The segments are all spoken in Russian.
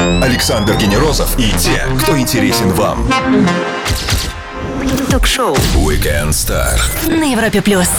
Александр Генерозов и те, кто интересен вам. Ток-шоу Weekend Star на Европе Плюс.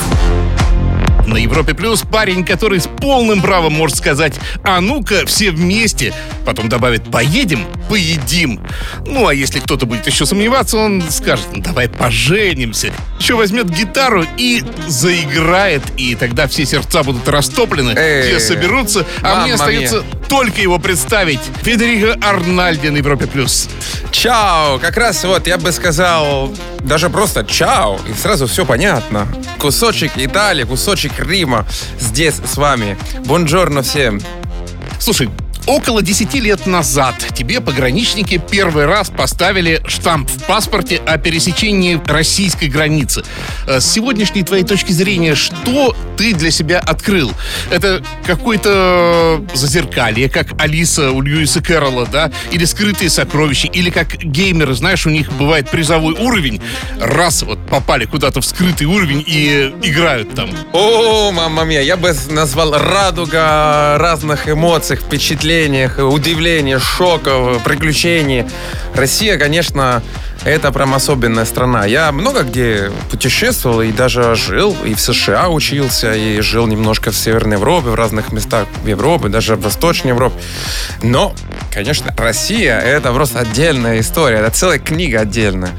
На Европе Плюс парень, который с полным правом может сказать: а ну-ка, все вместе. Потом добавит: поедем, поедим. Ну, а если кто-то будет еще сомневаться, он скажет: ну, давай поженимся. Еще возьмет гитару и заиграет. И тогда все сердца будут растоплены, все соберутся. А мне остается только его представить. Федерико Арнальди на Европе Плюс. Чао! Как раз вот я бы сказал даже просто чао, и сразу все понятно. Кусочек Италии, кусочек Рима здесь с вами. Бонжорно всем. Слушай, около 10 лет назад тебе пограничники первый раз поставили штамп в паспорте о пересечении российской границы. С сегодняшней твоей точки зрения, что ты для себя открыл? Это какое-то зазеркалье, как Алиса у Льюиса Кэрролла, да? Или скрытые сокровища, или как геймеры, знаешь, у них бывает призовой уровень. Раз вот попали куда-то в скрытый уровень и играют там. О, мамма мия, я бы назвал радуга разных эмоций, впечатлений, удивления, шоков, приключений. Россия, конечно, это прям особенная страна. Я много где путешествовал и даже жил, и в США учился, и жил немножко в Северной Европе, в разных местах в Европе, даже в Восточной Европе. Но, конечно, Россия — это просто отдельная история, это целая книга отдельная.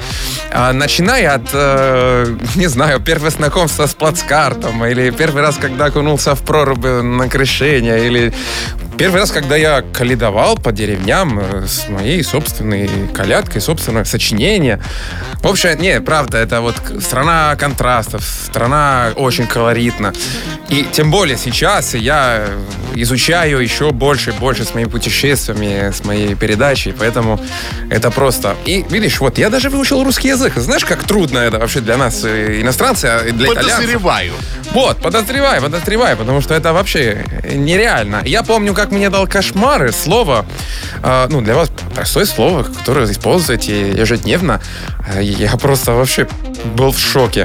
Начиная от, не знаю, первого знакомства с плацкартом, или первый раз, когда окунулся в прорубь на крещение, или первый раз, когда я калядовал по деревням с моей собственной колядкой, собственное сочинение. В общем, не, правда, это вот страна контрастов, страна очень колоритна. И тем более сейчас я изучаю еще больше и больше с моими путешествиями, с моей передачей, поэтому это просто... И видишь, вот я даже выучил русский язык. Знаешь, как трудно это вообще для нас, иностранцев, и для итальянцев? Подозреваю. Вот, подозреваю, потому что это вообще нереально. Я помню, как мне дал кошмары слово, для вас простое слово, которое вы используете ежедневно. Я просто вообще был в шоке.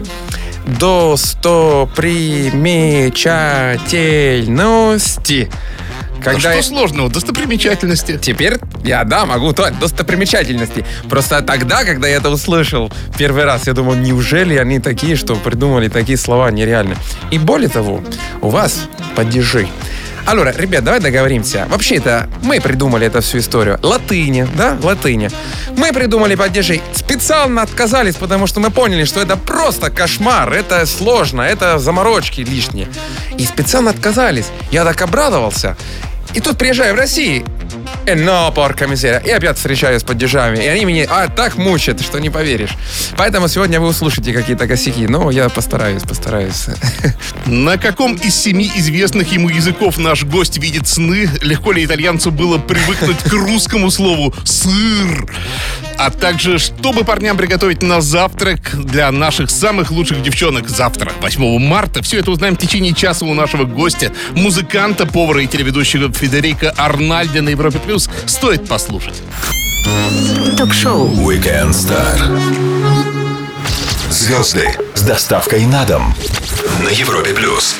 Достопримечательности. Когда что сложного? Достопримечательности. Теперь я, могу достопримечательности. Просто тогда, когда я это услышал первый раз, я думал, неужели они такие, что придумали такие слова нереальные. И более того, у вас падежи. Алло, ребят, давай договоримся. Вообще-то мы придумали эту всю историю. Латыни. Мы придумали падежи. Специально отказались, потому что мы поняли, что это просто кошмар. Это сложно, это заморочки лишние. И специально отказались. Я так обрадовался. И тут приезжаю в Россию. Порка мизерия. И опять встречаюсь с падежами. И они меня так мучат, что не поверишь. Поэтому сегодня вы услышите какие-то косяки. Но я постараюсь. На каком из 7 известных ему языков наш гость видит сны? Легко ли итальянцу было привыкнуть к русскому слову «сыр»? А также, чтобы парням приготовить на завтрак для наших самых лучших девчонок завтра, 8 марта. Все это узнаем в течение часа у нашего гостя, музыканта, повара и телеведущего Федерико Арнальди на Европе Плюс. Стоит послушать. Ток-шоу Weekend Star. Звезды с доставкой на дом на Европе Плюс.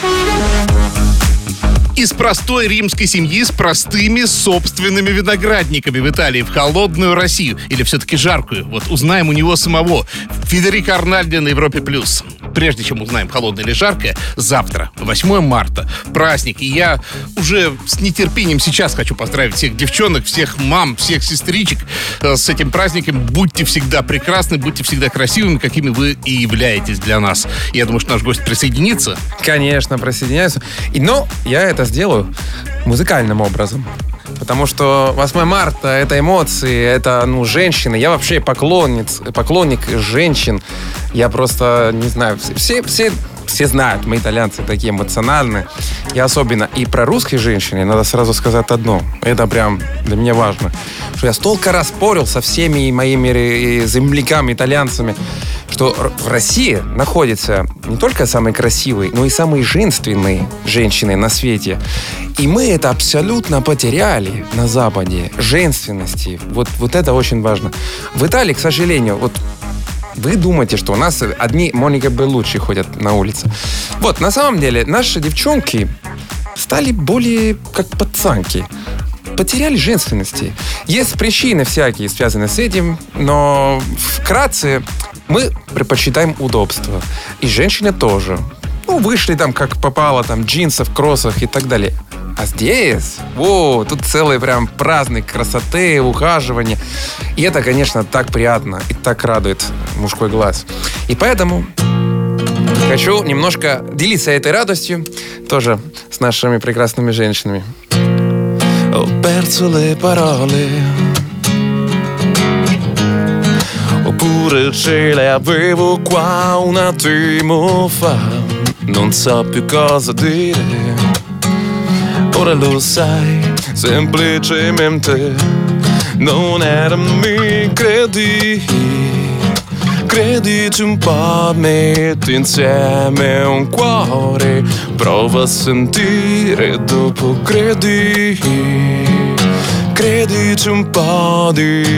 Из простой римской семьи с простыми собственными виноградниками в Италии в холодную Россию. Или все-таки жаркую? Вот узнаем у него самого. Федерико Арнальди на Европе Плюс. Прежде чем узнаем, холодное или жаркое, завтра, 8 марта, праздник. И я уже с нетерпением сейчас хочу поздравить всех девчонок, всех мам, всех сестричек с этим праздником. Будьте всегда прекрасны, будьте всегда красивыми, какими вы и являетесь для нас. Я думаю, что наш гость присоединится. Конечно, присоединяюсь. Но я это сделаю музыкальным образом. Потому что 8 марта — это эмоции, это, женщины. Я вообще поклонник женщин. Я просто, не знаю, все знают, мы итальянцы такие эмоциональные. И особенно и про русские женщины надо сразу сказать одно. Это прям для меня важно. Что я столько раз спорил со всеми моими земляками, итальянцами, что в России находятся не только самые красивые, но и самые женственные женщины на свете. И мы это абсолютно потеряли на Западе. Женственности. Вот это очень важно. В Италии, к сожалению, вы думаете, что у нас одни Моника Беллуччи ходят на улице. На самом деле, наши девчонки стали более как пацанки. потеряли женственности. Есть причины всякие, связанные с этим, но вкратце мы предпочитаем удобство. И женщины тоже. Ну, вышли там как попало, там, джинсов, кроссах и так далее. А здесь, тут целый прям праздник красоты, ухаживания. И это, конечно, так приятно и так радует мужской глаз. И поэтому хочу немножко делиться этой радостью тоже с нашими прекрасными женщинами. Ho perso le parole, oppure ce le avevo qua un attimo fa. Non so più cosa dire. Ora lo sai, semplicemente non era mi crediti un po', metti insieme un cuore, prova a sentire dopo crediti un po' di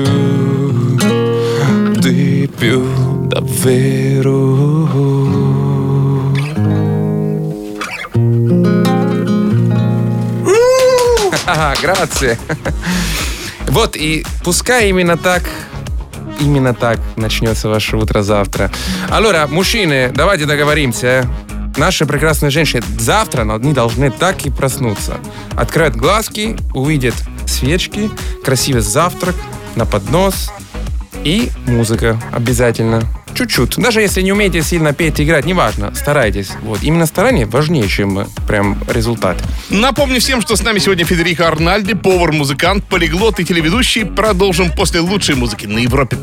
più, davvero. Грация. Вот, и пускай именно так начнется ваше утро завтра. Allora, мужчины, давайте договоримся. Наши прекрасные женщины завтра они должны так и проснуться. Откроют глазки, увидят свечки, красивый завтрак на поднос и музыка обязательно. Чуть-чуть. Даже если не умеете сильно петь и играть, неважно, старайтесь. Вот. Именно старание важнее, чем прям результат. Напомню всем, что с нами сегодня Федерико Арнальди, повар, музыкант, полиглот и телеведущий. Продолжим после лучшей музыки на Европе+.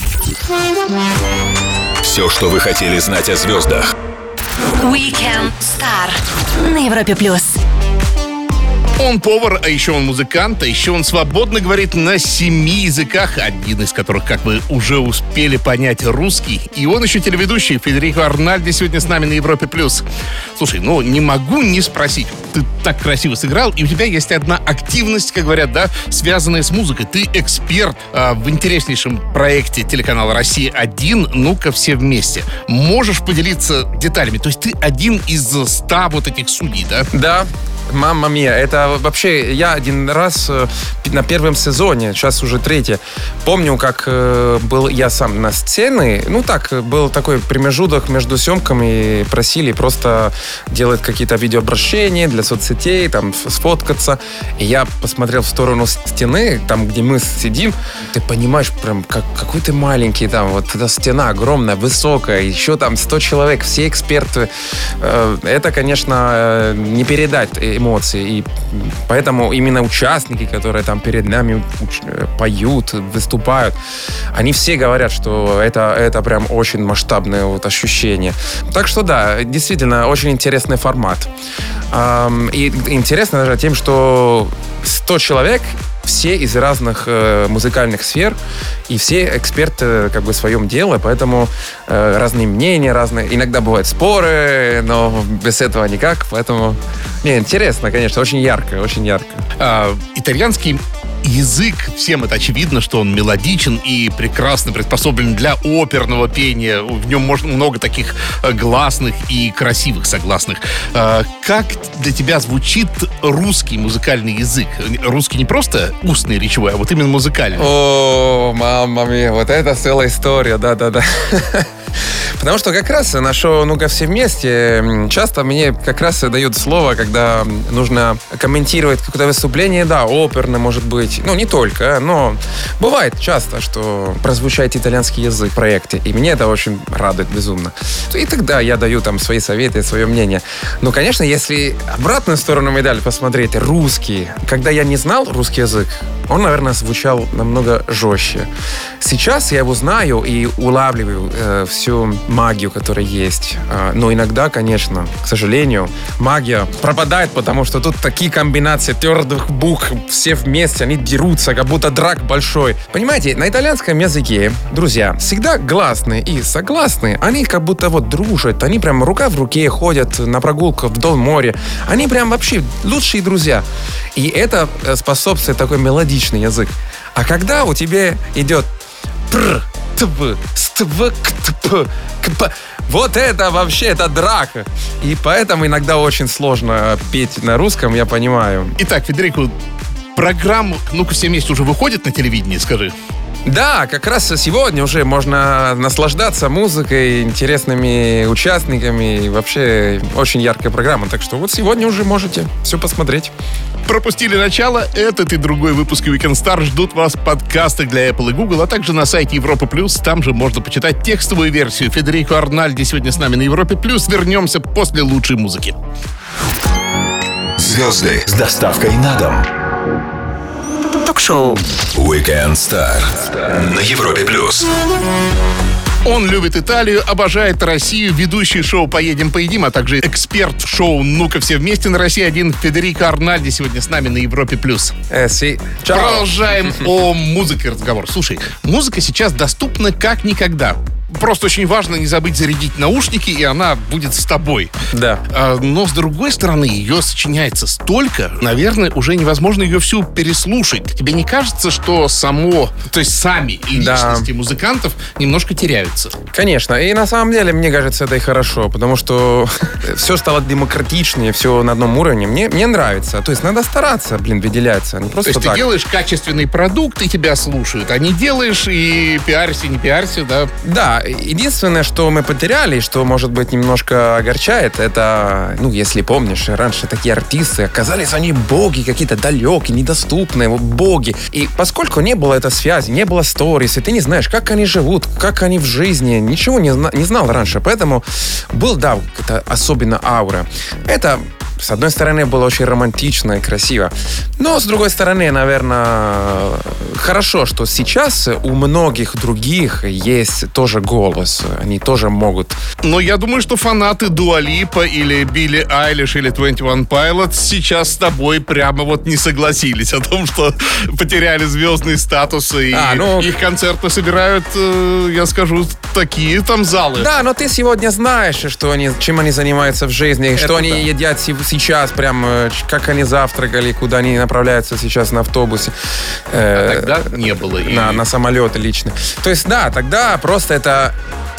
Все, что вы хотели знать о звездах. Weekend Star на Европе+. Он повар, а еще он музыкант, а еще он свободно говорит на 7 языках, один из которых, как вы уже успели понять, русский. И он еще телеведущий. Федерико Арнальди сегодня с нами на Европе+. Слушай, не могу не спросить. Ты так красиво сыграл, и у тебя есть одна активность, как говорят, да, связанная с музыкой. Ты эксперт в интереснейшем проекте телеканала «Россия-1». Ну-ка, все вместе. Можешь поделиться деталями? То есть ты один из 100 вот этих судей, да? Да. Мамма мия, это вообще я один раз на первом сезоне, сейчас уже 3, помню, как был я сам на сцене, был такой промежуток между съемками, просили просто делать какие-то видеообращения для соцсетей, там, сфоткаться, и я посмотрел в сторону стены, там, где мы сидим, ты понимаешь, прям, какой ты маленький, там, вот эта стена огромная, высокая, еще там 100 человек, все эксперты, это, конечно, не передать эмоции. И поэтому именно участники, которые там перед нами поют, выступают, они все говорят, что это прям очень масштабное вот ощущение. Так что да, действительно, очень интересный формат. И интересно даже тем, что 100 человек, все из разных музыкальных сфер, и все эксперты как бы в своем деле, поэтому разные мнения, иногда бывают споры, но без этого никак, поэтому интересно, конечно, очень ярко, очень ярко. Итальянский язык, всем это очевидно, что он мелодичен и прекрасно приспособлен для оперного пения. В нем много таких гласных и красивых согласных. Как для тебя звучит русский музыкальный язык? Русский не просто устный речевой, а вот именно музыкальный. О, мамма мия, вот это целая история, да-да-да. Потому что как раз на шоу «Ну-ка все вместе» часто мне как раз дают слово, когда нужно комментировать какое-то выступление, да, оперное, может быть. Не только, но бывает часто, что прозвучает итальянский язык в проекте, и мне это очень радует безумно. И тогда я даю там свои советы, свое мнение. Но, конечно, если обратную сторону медали посмотреть, русский, когда я не знал русский язык, он, наверное, звучал намного жестче. Сейчас я его знаю и улавливаю всю магию, которая есть. Но иногда, конечно, к сожалению, магия пропадает, потому что тут такие комбинации твердых букв, все вместе, они дерутся, как будто драк большой. Понимаете, на итальянском языке, друзья, всегда гласные и согласные, они как будто вот дружат, они прям рука в руке ходят на прогулку вдоль моря. Они прям вообще лучшие друзья. И это способствует такой мелодичный язык. А когда у тебя идет пр, тв, ств, ктп, кп, вот это вообще, это драка. И поэтому иногда очень сложно петь на русском, я понимаю. Итак, Федерико, Программа «Ну-ка все вместе» уже выходит на телевидении, скажи. Да, как раз сегодня уже можно наслаждаться музыкой, интересными участниками. И вообще очень яркая программа. Так что вот сегодня уже можете все посмотреть. Пропустили начало? Этот и другой выпуски Weekend Star ждут вас в подкастах для Apple и Google, а также на сайте Европа Плюс. Там же можно почитать текстовую версию. Федерико Арнальди сегодня с нами на Европе Плюс. Вернемся после лучшей музыки. Звезды с доставкой на дом. Ток-шоу Weekend Star на Европе Плюс. Он любит Италию, обожает Россию, ведущий шоу «Поедем, поедим», а также эксперт в шоу «Ну-ка все вместе» на России-1 Федерико Арнальди сегодня с нами на Европе+. Продолжаем о музыке разговор. Слушай, музыка сейчас доступна как никогда. Просто очень важно не забыть зарядить наушники, и она будет с тобой. Да. Но, с другой стороны, ее сочиняется столько, наверное, уже невозможно ее всю переслушать. Тебе не кажется, что сами и личности музыкантов немножко теряются? Конечно. И на самом деле, мне кажется, это и хорошо, потому что все стало демократичнее, все на одном уровне. Мне нравится. То есть надо стараться, выделяться. Не просто то есть так. Ты делаешь качественный продукт, и тебя слушают, а не делаешь и пиарься, не пиарься, да? Да. Единственное, что мы потеряли, что, может быть, немножко огорчает, это, если помнишь, раньше такие артисты, оказались они боги какие-то далекие, недоступные, боги. И поскольку не было этой связи, не было сторис, и ты не знаешь, как они живут, как они в жизни, ничего не знал раньше. Поэтому был, это особенно аура. Это, с одной стороны, было очень романтично и красиво. Но, с другой стороны, наверное, хорошо, что сейчас у многих других есть тоже голос. Они тоже могут. Но я думаю, что фанаты Дуа Липа или Билли Айлиш или 21 Pilots сейчас с тобой прямо не согласились о том, что потеряли звездный статус, и их концерты собирают, я скажу, такие там залы. Да, но ты сегодня знаешь, чем они занимаются в жизни, что они едят сейчас, прям как они завтракали, куда они направляются сейчас на автобусе. Тогда не было. На самолеты лично. То есть, да, тогда просто это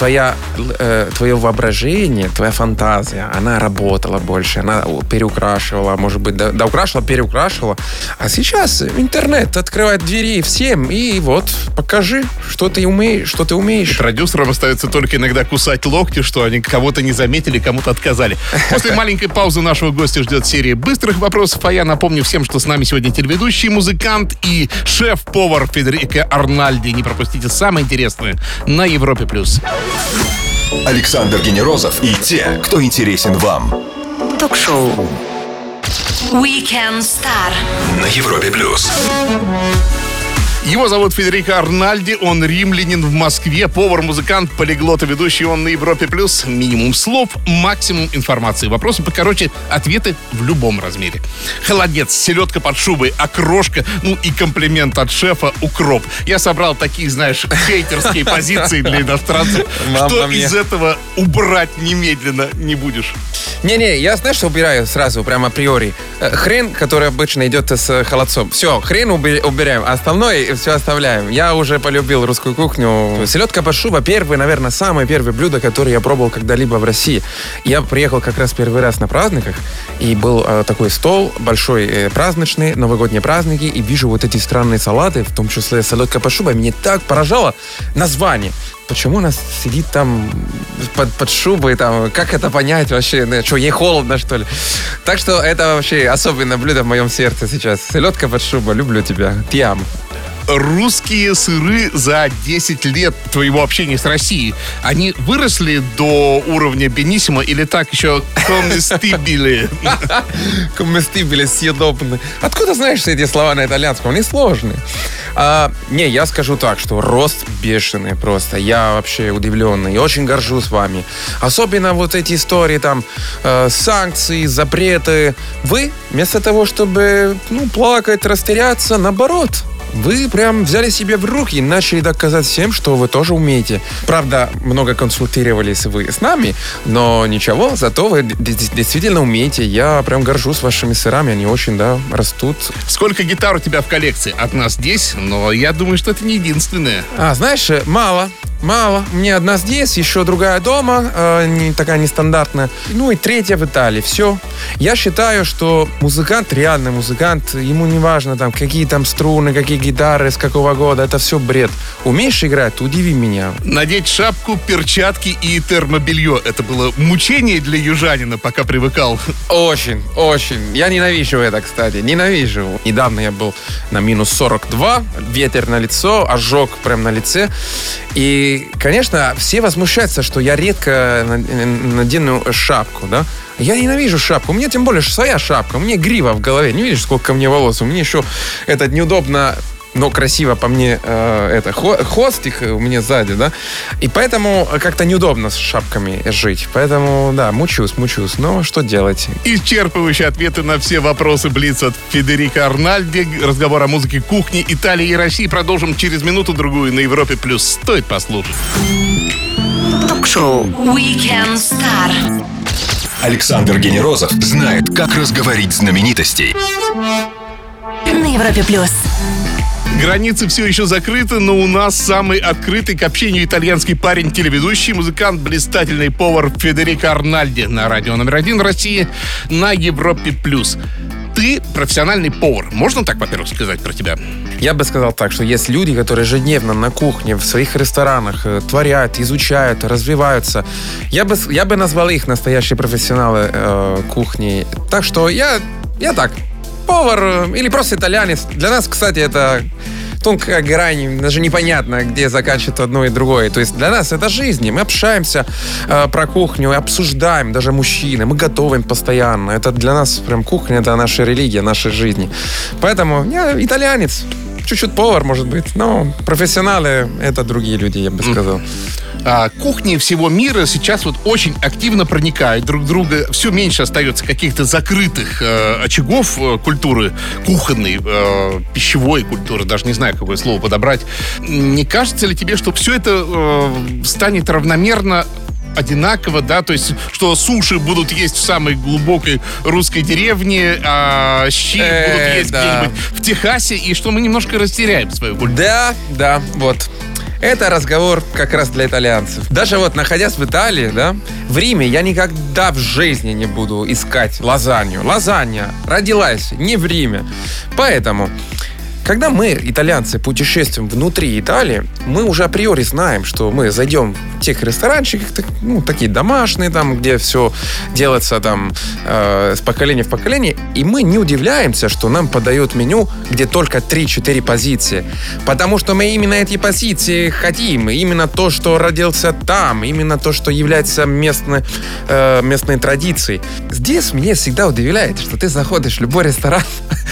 твое воображение, твоя фантазия, она работала больше, она переукрашивала, может быть, доукрашивала, переукрашивала. А сейчас интернет открывает двери всем, и покажи, что ты умеешь. Продюсерам остается только иногда кусать локти, что они кого-то не заметили, кому-то отказали. После маленькой паузы нашего гостя ждет серия быстрых вопросов, а я напомню всем, что с нами сегодня телеведущий, музыкант и шеф-повар Федерико Арнальди. Не пропустите самое интересное на Европе+. Александр Генерозов и те, кто интересен вам. Ток-шоу Weekend Star На Европе+. Его зовут Федерико Арнальди, он римлянин в Москве, повар, музыкант, полиглот и ведущий, он на Европе+. Минимум слов, максимум информации. Вопросы покороче, ответы в любом размере. Холодец, селедка под шубой, окрошка, и комплимент от шефа укроп. Я собрал такие, знаешь, хейтерские позиции для иностранцев. Что из этого убрать немедленно не будешь? Не, я, знаешь, что убираю сразу, прямо априори? Хрен, который обычно идет с холодцом. Все, хрен убираем, а остальное все оставляем. Я уже полюбил русскую кухню. Селедка под шубой, наверное, самое первое блюдо, которое я пробовал когда-либо в России. Я приехал как раз первый раз на праздниках, и был такой стол, большой праздничный, новогодние праздники, и вижу эти странные салаты, в том числе селедка под шубой. Мне так поражало название. Почему она сидит там под шубой, как это понять вообще? Что, ей холодно, что ли? Так что это вообще особенное блюдо в моем сердце сейчас. Селедка под шубой, люблю тебя. Тиам. Русские сыры за 10 лет твоего общения с Россией, они выросли до уровня Бенисимо или так еще комместибили? Комместибили, съедобные. Откуда знаешь эти слова на итальянском? Они сложные. Я скажу так, что рост бешеный просто. Я вообще удивленный. Очень горжусь вами. Особенно эти истории, санкции, запреты. Вы, вместо того, чтобы плакать, растеряться, наоборот, вы прям взяли себе в руки и начали доказать всем, что вы тоже умеете. Правда, много консультировались вы с нами, но ничего, зато вы действительно умеете. Я прям горжусь вашими сырами, они очень, растут. Сколько гитар у тебя в коллекции? Одна здесь, но я думаю, что это не единственная. Знаешь, мало. Мало. У меня одна здесь, еще другая дома, такая нестандартная. Ну и третья в Италии. Все. Я считаю, что музыкант, реальный музыкант, ему не важно, там, какие там струны, какие гитары, с какого года. Это все бред. Умеешь играть? Удиви меня. Надеть шапку, перчатки и термобелье. Это было мучение для южанина, пока привыкал. Очень, очень. Я ненавижу это, кстати. Ненавижу. Недавно я был на минус 42, ветер на лицо, ожог прям на лице. И, конечно, все возмущаются, что я редко надену шапку, да. Я ненавижу шапку. У меня тем более своя шапка. У меня грива в голове. Не видишь, сколько мне волос? У меня еще это неудобно, но красиво по мне хвостик у меня сзади, да. И поэтому как-то неудобно с шапками жить. Поэтому, да, мучусь. Но что делать? Исчерпывающие ответы на все вопросы блиц от Федерико Арнальди. Разговор о музыке кухни Италии и России продолжим через минуту-другую на Европе+. Стоит послушать. Ток-шоу Weekend Star. Александр Генерозов знает, как разговорить знаменитостей. На Европе+. Границы все еще закрыты, но у нас самый открытый к общению итальянский парень, телеведущий, музыкант, блистательный повар Федерико Арнальди на радио номер 1 в России на Европе+. Ты профессиональный повар. Можно так, во-первых, сказать про тебя? Я бы сказал так, что есть люди, которые ежедневно на кухне, в своих ресторанах творят, изучают, развиваются. Я бы назвал их настоящие профессионалы кухни. Так что я так, повар или просто итальянец. Для нас, кстати, это тонкая грань, даже непонятно, где заканчивается одно и другое. То есть для нас это жизнь. Мы общаемся про кухню, обсуждаем, даже мужчины. Мы готовим постоянно. Это для нас прям кухня, это наша религия, наша жизнь. Поэтому я итальянец. Чуть-чуть повар, может быть. Но профессионалы — это другие люди, я бы сказал. Кухни всего мира сейчас вот очень активно проникают друг в друга. Все меньше остается каких-то закрытых очагов культуры кухонной, пищевой культуры. Даже не знаю, какое слово подобрать. Не кажется ли тебе, что все это станет равномерно одинаково, да, то есть, что суши будут есть в самой глубокой русской деревне, а щи будут есть где-нибудь в Техасе, и что мы немножко растеряем свою культуру? Да, вот. Это разговор как раз для итальянцев. Даже вот находясь в Италии, да, в Риме я никогда в жизни не буду искать лазанью. Лазанья родилась не в Риме. Поэтому, когда мы, итальянцы, путешествуем внутри Италии, мы уже априори знаем, что мы зайдем в тех ресторанчиках, ну, такие домашние, там, где все делается там с поколения в поколение, и мы не удивляемся, что нам подают меню, где только 3-4 позиции. Потому что мы именно эти позиции хотим, именно то, что родился там, именно то, что является местной традицией. Здесь меня всегда удивляет, что ты заходишь в любой ресторан,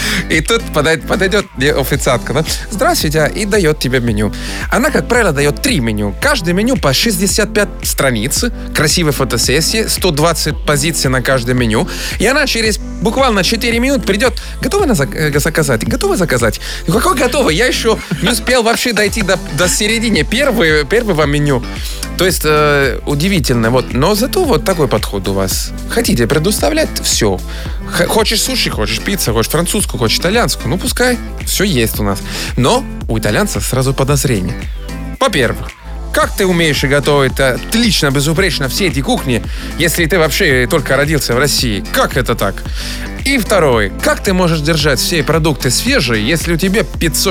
и тут подойдет официантка, да? Здравствуйте, и дает тебе меню. Она, как правило, дает 3 меню. Каждое меню по 65 страниц, красивой фотосессии, 120 позиций на каждое меню. И она через буквально 4 минут придет. Готовы заказать? Готовы заказать? Какой готовы? Я еще не успел вообще дойти до середины первого меню. То есть удивительно. Вот. Но зато вот такой подход у вас. Хотите предоставлять все. Хочешь суши, хочешь пиццу, хочешь французскую, хочешь итальянскую. Ну, пускай. Все есть у нас. Но у итальянцев сразу подозрение. Во-первых, как ты умеешь готовить отлично, безупречно все эти кухни, если ты вообще только родился в России? Как это так? И второе, как ты можешь держать все продукты свежие, если у тебя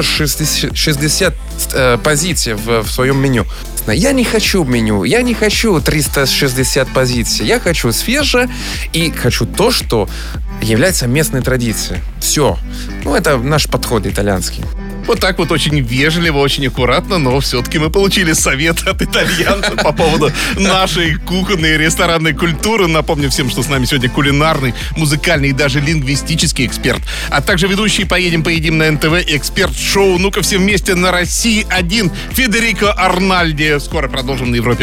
560 позиций в своем меню? Я не хочу меню, я не хочу 360 позиций. Я хочу свежее и хочу то, что является местной традицией. Все. Ну, это наш подход итальянский. Вот так вот очень вежливо, очень аккуратно, но все-таки мы получили совет от итальянцев по поводу нашей кухонной и ресторанной культуры. Напомню всем, что с нами сегодня кулинарный, музыкальный и даже лингвистический эксперт, а также ведущий «Поедим на НТВ» эксперт шоу «Ну-ка все вместе» на России 1 Федерико Арнальди. Скоро продолжим на Европе+.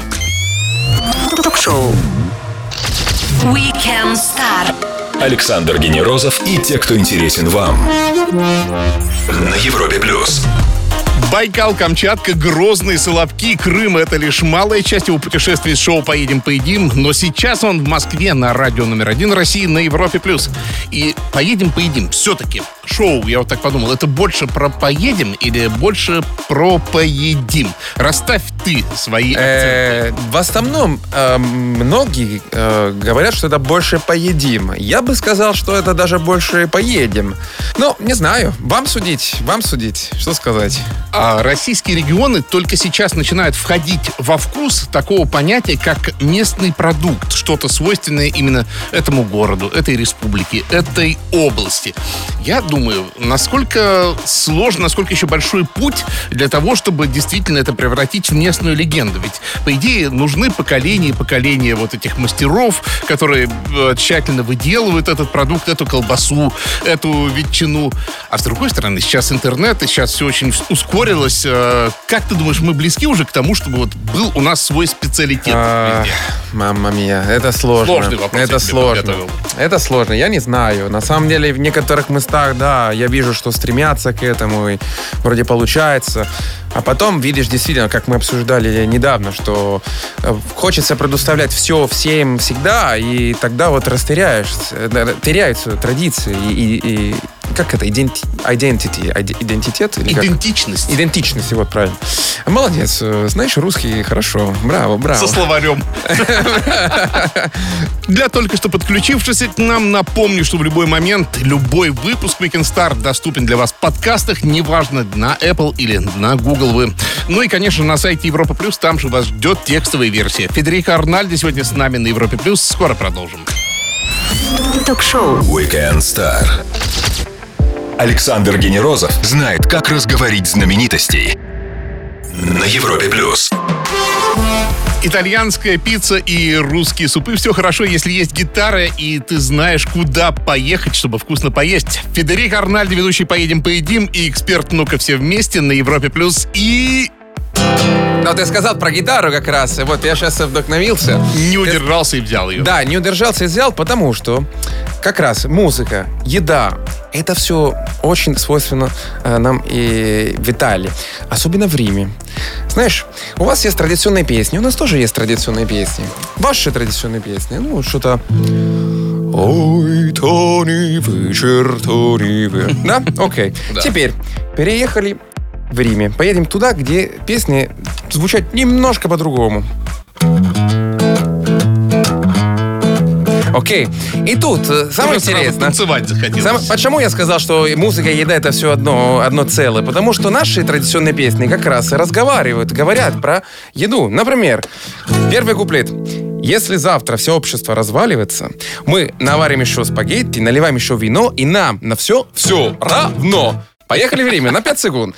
Ток-шоу Weekend Star. Александр Генерозов и те, кто интересен вам. На Европе+. Байкал, Камчатка, Грозный, Соловки, Крым — это лишь малая часть его путешествий с шоу «Поедем-поедим», но сейчас он в Москве на радио номер 1 России на Европе+. И «Поедем-поедим» все-таки шоу, я вот так подумал, это больше про «поедем» или больше про «поедим»? Расставь ты свои акценты. В основном многие говорят, что это больше «поедим». Я бы сказал, что это даже больше «поедем». Ну, не знаю, вам судить, что сказать. А российские регионы только сейчас начинают входить во вкус такого понятия, как местный продукт. Что-то свойственное именно этому городу, этой республике, этой области. Я думаю, насколько сложно, насколько еще большой путь для того, чтобы действительно это превратить в местную легенду. Ведь, по идее, нужны поколения и поколения вот этих мастеров, которые тщательно выделывают этот продукт, эту колбасу, эту ветчину. А с другой стороны, сейчас интернет, и сейчас все очень ускорилось. Как ты думаешь, мы близки уже к тому, чтобы вот был у нас свой специалитет везде? Мамма мия, это сложно. Сложный вопрос. Это сложно. Это сложно, я не знаю. На самом деле, в некоторых местах, да, я вижу, что стремятся к этому, и вроде получается. А потом видишь, действительно, как мы обсуждали недавно, что хочется предоставлять все всем всегда, и тогда вот теряются традиции и как это? Идентитет? Или идентичность. Как? Идентичность, вот правильно. Молодец. Знаешь, русский хорошо. Браво. Со словарем. Для только что подключившихся к нам, напомню, что в любой момент любой выпуск Weekend Star доступен для вас в подкастах, неважно, на Apple или на Google вы. Ну и, конечно, на сайте Европа+, там же вас ждет текстовая версия. Федерико Арнальди сегодня с нами на Европе+. Скоро продолжим. Ток-шоу Weekend Star. Александр Генерозов знает, как разговорить знаменитостей на Европе+. Итальянская пицца и русские супы. Все хорошо, если есть гитара, и ты знаешь, куда поехать, чтобы вкусно поесть. Федерико Арнальди, ведущий «Поедем-поедим», и эксперт «Ну-ка все вместе» на Европе+. И... Но ты сказал про гитару как раз. Вот я сейчас вдохновился. Не удержался и взял ее. Да, не удержался и взял, потому что как раз музыка, еда, это все очень свойственно нам и в Италии. Особенно в Риме. Знаешь, у вас есть традиционные песни, у нас тоже есть традиционные песни. Ваши традиционные песни, ну, что-то... Ой, Тони, вечер, Тони, да? Окей. Да. Теперь переехали в Риме. Поедем туда, где песни звучат немножко по-другому. Окей. И тут самое интересное... Танцевать захотелось. Почему я сказал, что музыка и еда — это все одно целое? Потому что наши традиционные песни как раз говорят про еду. Например, первый куплет. Если завтра все общество разваливается, мы наварим еще спагетти, наливаем еще вино, и нам на все равно. Поехали время на 5 секунд.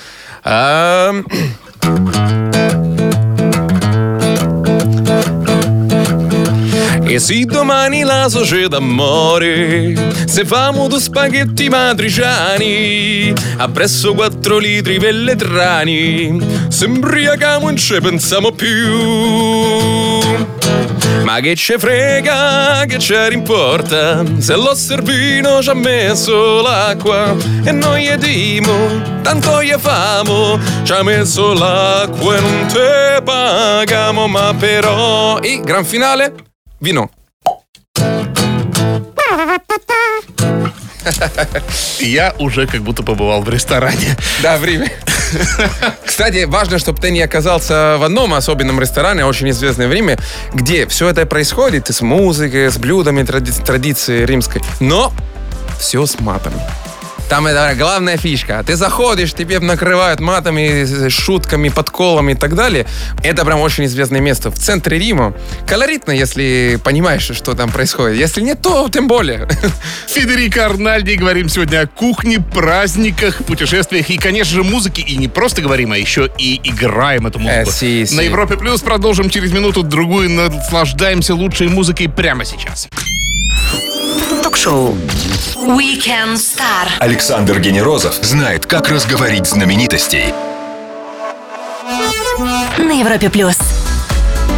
E se domani la società muore, se famo due spaghetti matriciani, appresso 4 litri velletrani, se imbriachiamo non ci pensiamo più. Ma che ce frega, che ce rimporta, se lo servino ci ha messo l'acqua e noi gli dimo, tanto gli famo, ci ha messo l'acqua e non te pagamo, ma però... E gran finale? Вино. Я уже как будто побывал в ресторане. Да, в Риме. Кстати, важно, чтобы ты не оказался в одном особенном ресторане, очень известном в Риме, где все это происходит с музыкой, с блюдами традиции римской, но все с матами. Там это главная фишка. Ты заходишь, тебе накрывают матами, шутками, подколами и так далее. Это прям очень известное место в центре Рима. Колоритно, если понимаешь, что там происходит. Если нет, то тем более. Федерико Арнальди. Говорим сегодня о кухне, праздниках, путешествиях и, конечно же, музыке. И не просто говорим, а еще и играем эту музыку. На Европе Плюс продолжим через минуту-другую. Наслаждаемся лучшей музыкой прямо сейчас. Ток-шоу Weekend Star. Александр Генерозов знает, как разговорить знаменитостей На Европе Плюс.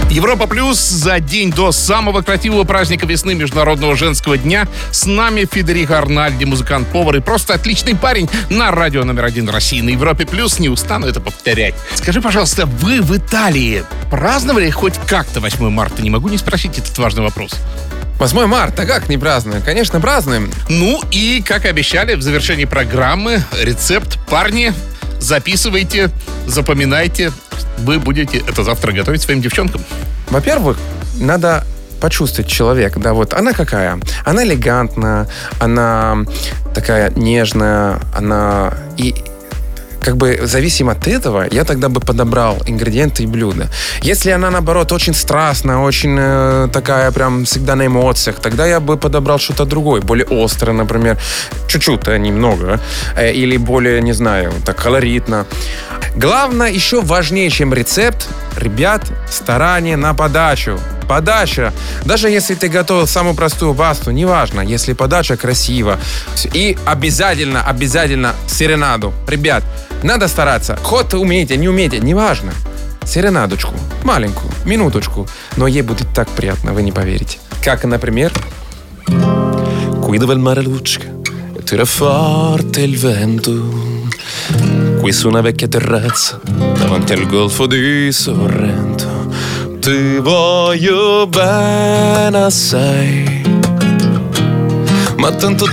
Европа Плюс за день до самого красивого праздника весны Международного женского дня. С нами Федерико Арнальди, музыкант-повар и просто отличный парень на радио номер 1 России на Европе Плюс. Не устану это повторять. Скажи, пожалуйста, вы в Италии праздновали хоть как-то 8 марта? Не могу не спросить этот важный вопрос. 8 марта, как не празднуем? Конечно, празднуем. Ну и, как и обещали, в завершении программы рецепт. Парни, записывайте, запоминайте. Вы будете это завтра готовить своим девчонкам. Во-первых, надо почувствовать человека. Да, вот она какая? Она элегантная, она такая нежная, она... И как бы зависимо от этого, я тогда бы подобрал ингредиенты и блюда. Если она, наоборот, очень страстная, очень такая прям всегда на эмоциях, тогда я бы подобрал что-то другое, более острое, например, чуть-чуть, немного, или более, не знаю, так колоритно. Главное, еще важнее, чем рецепт, ребят, старание на подачу. Подача. Даже если ты готовил самую простую пасту, неважно, если подача красива. И обязательно серенаду. Ребят, надо стараться. Хоть умеете, не умеете, неважно. Серенадочку. Маленькую, минуточку. Но ей будет так приятно, вы не поверите. Как, например... Qui dove il mare luccica e tira forte il vento. Qui su una vecchia terrazza davanti al golfo di Sorrento. Ti voglio bene assai, ma tanto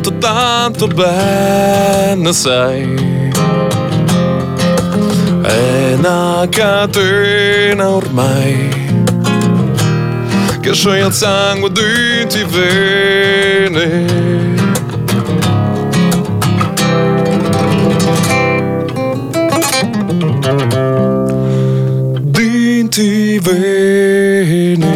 bene sai. È una catena ormai che scioglie il sangue di ti vene. Dinti vene.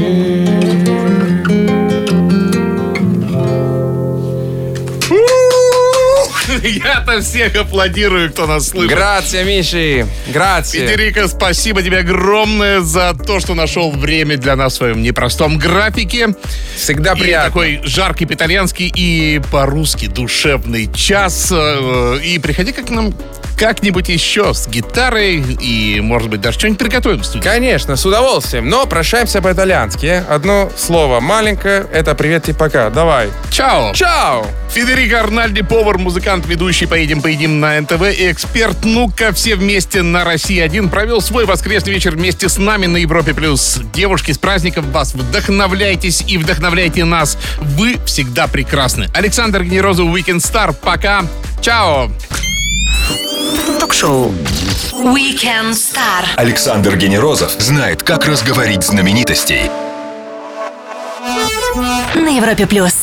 Я-то всех аплодирую, кто нас слышит. Грация, Миши, грация. Федерико, спасибо тебе огромное за то, что нашел время для нас в своем непростом графике. Всегда И приятно. такой жаркий по-итальянски и по-русски душевный час. И приходи к нам как-нибудь еще с гитарой и, может быть, даже что-нибудь приготовим в студии. Конечно, с удовольствием, но прощаемся по-итальянски. Одно слово маленькое, это привет и пока. Давай. Чао! Чао! Федерико Арнальди, повар, музыкант, ведущий «Поедим на НТВ» и эксперт «Ну-ка, все вместе» на России-1 провел свой воскресный вечер вместе с нами на Европе+. Девушки, с праздником вас! Вдохновляйтесь и вдохновляйте нас. Вы всегда прекрасны. Александр Генерозов, Weekend Star. Пока. Чао! Ток-шоу Weekend Star. Александр Генерозов знает, как разговорить знаменитостей. На Европе Плюс.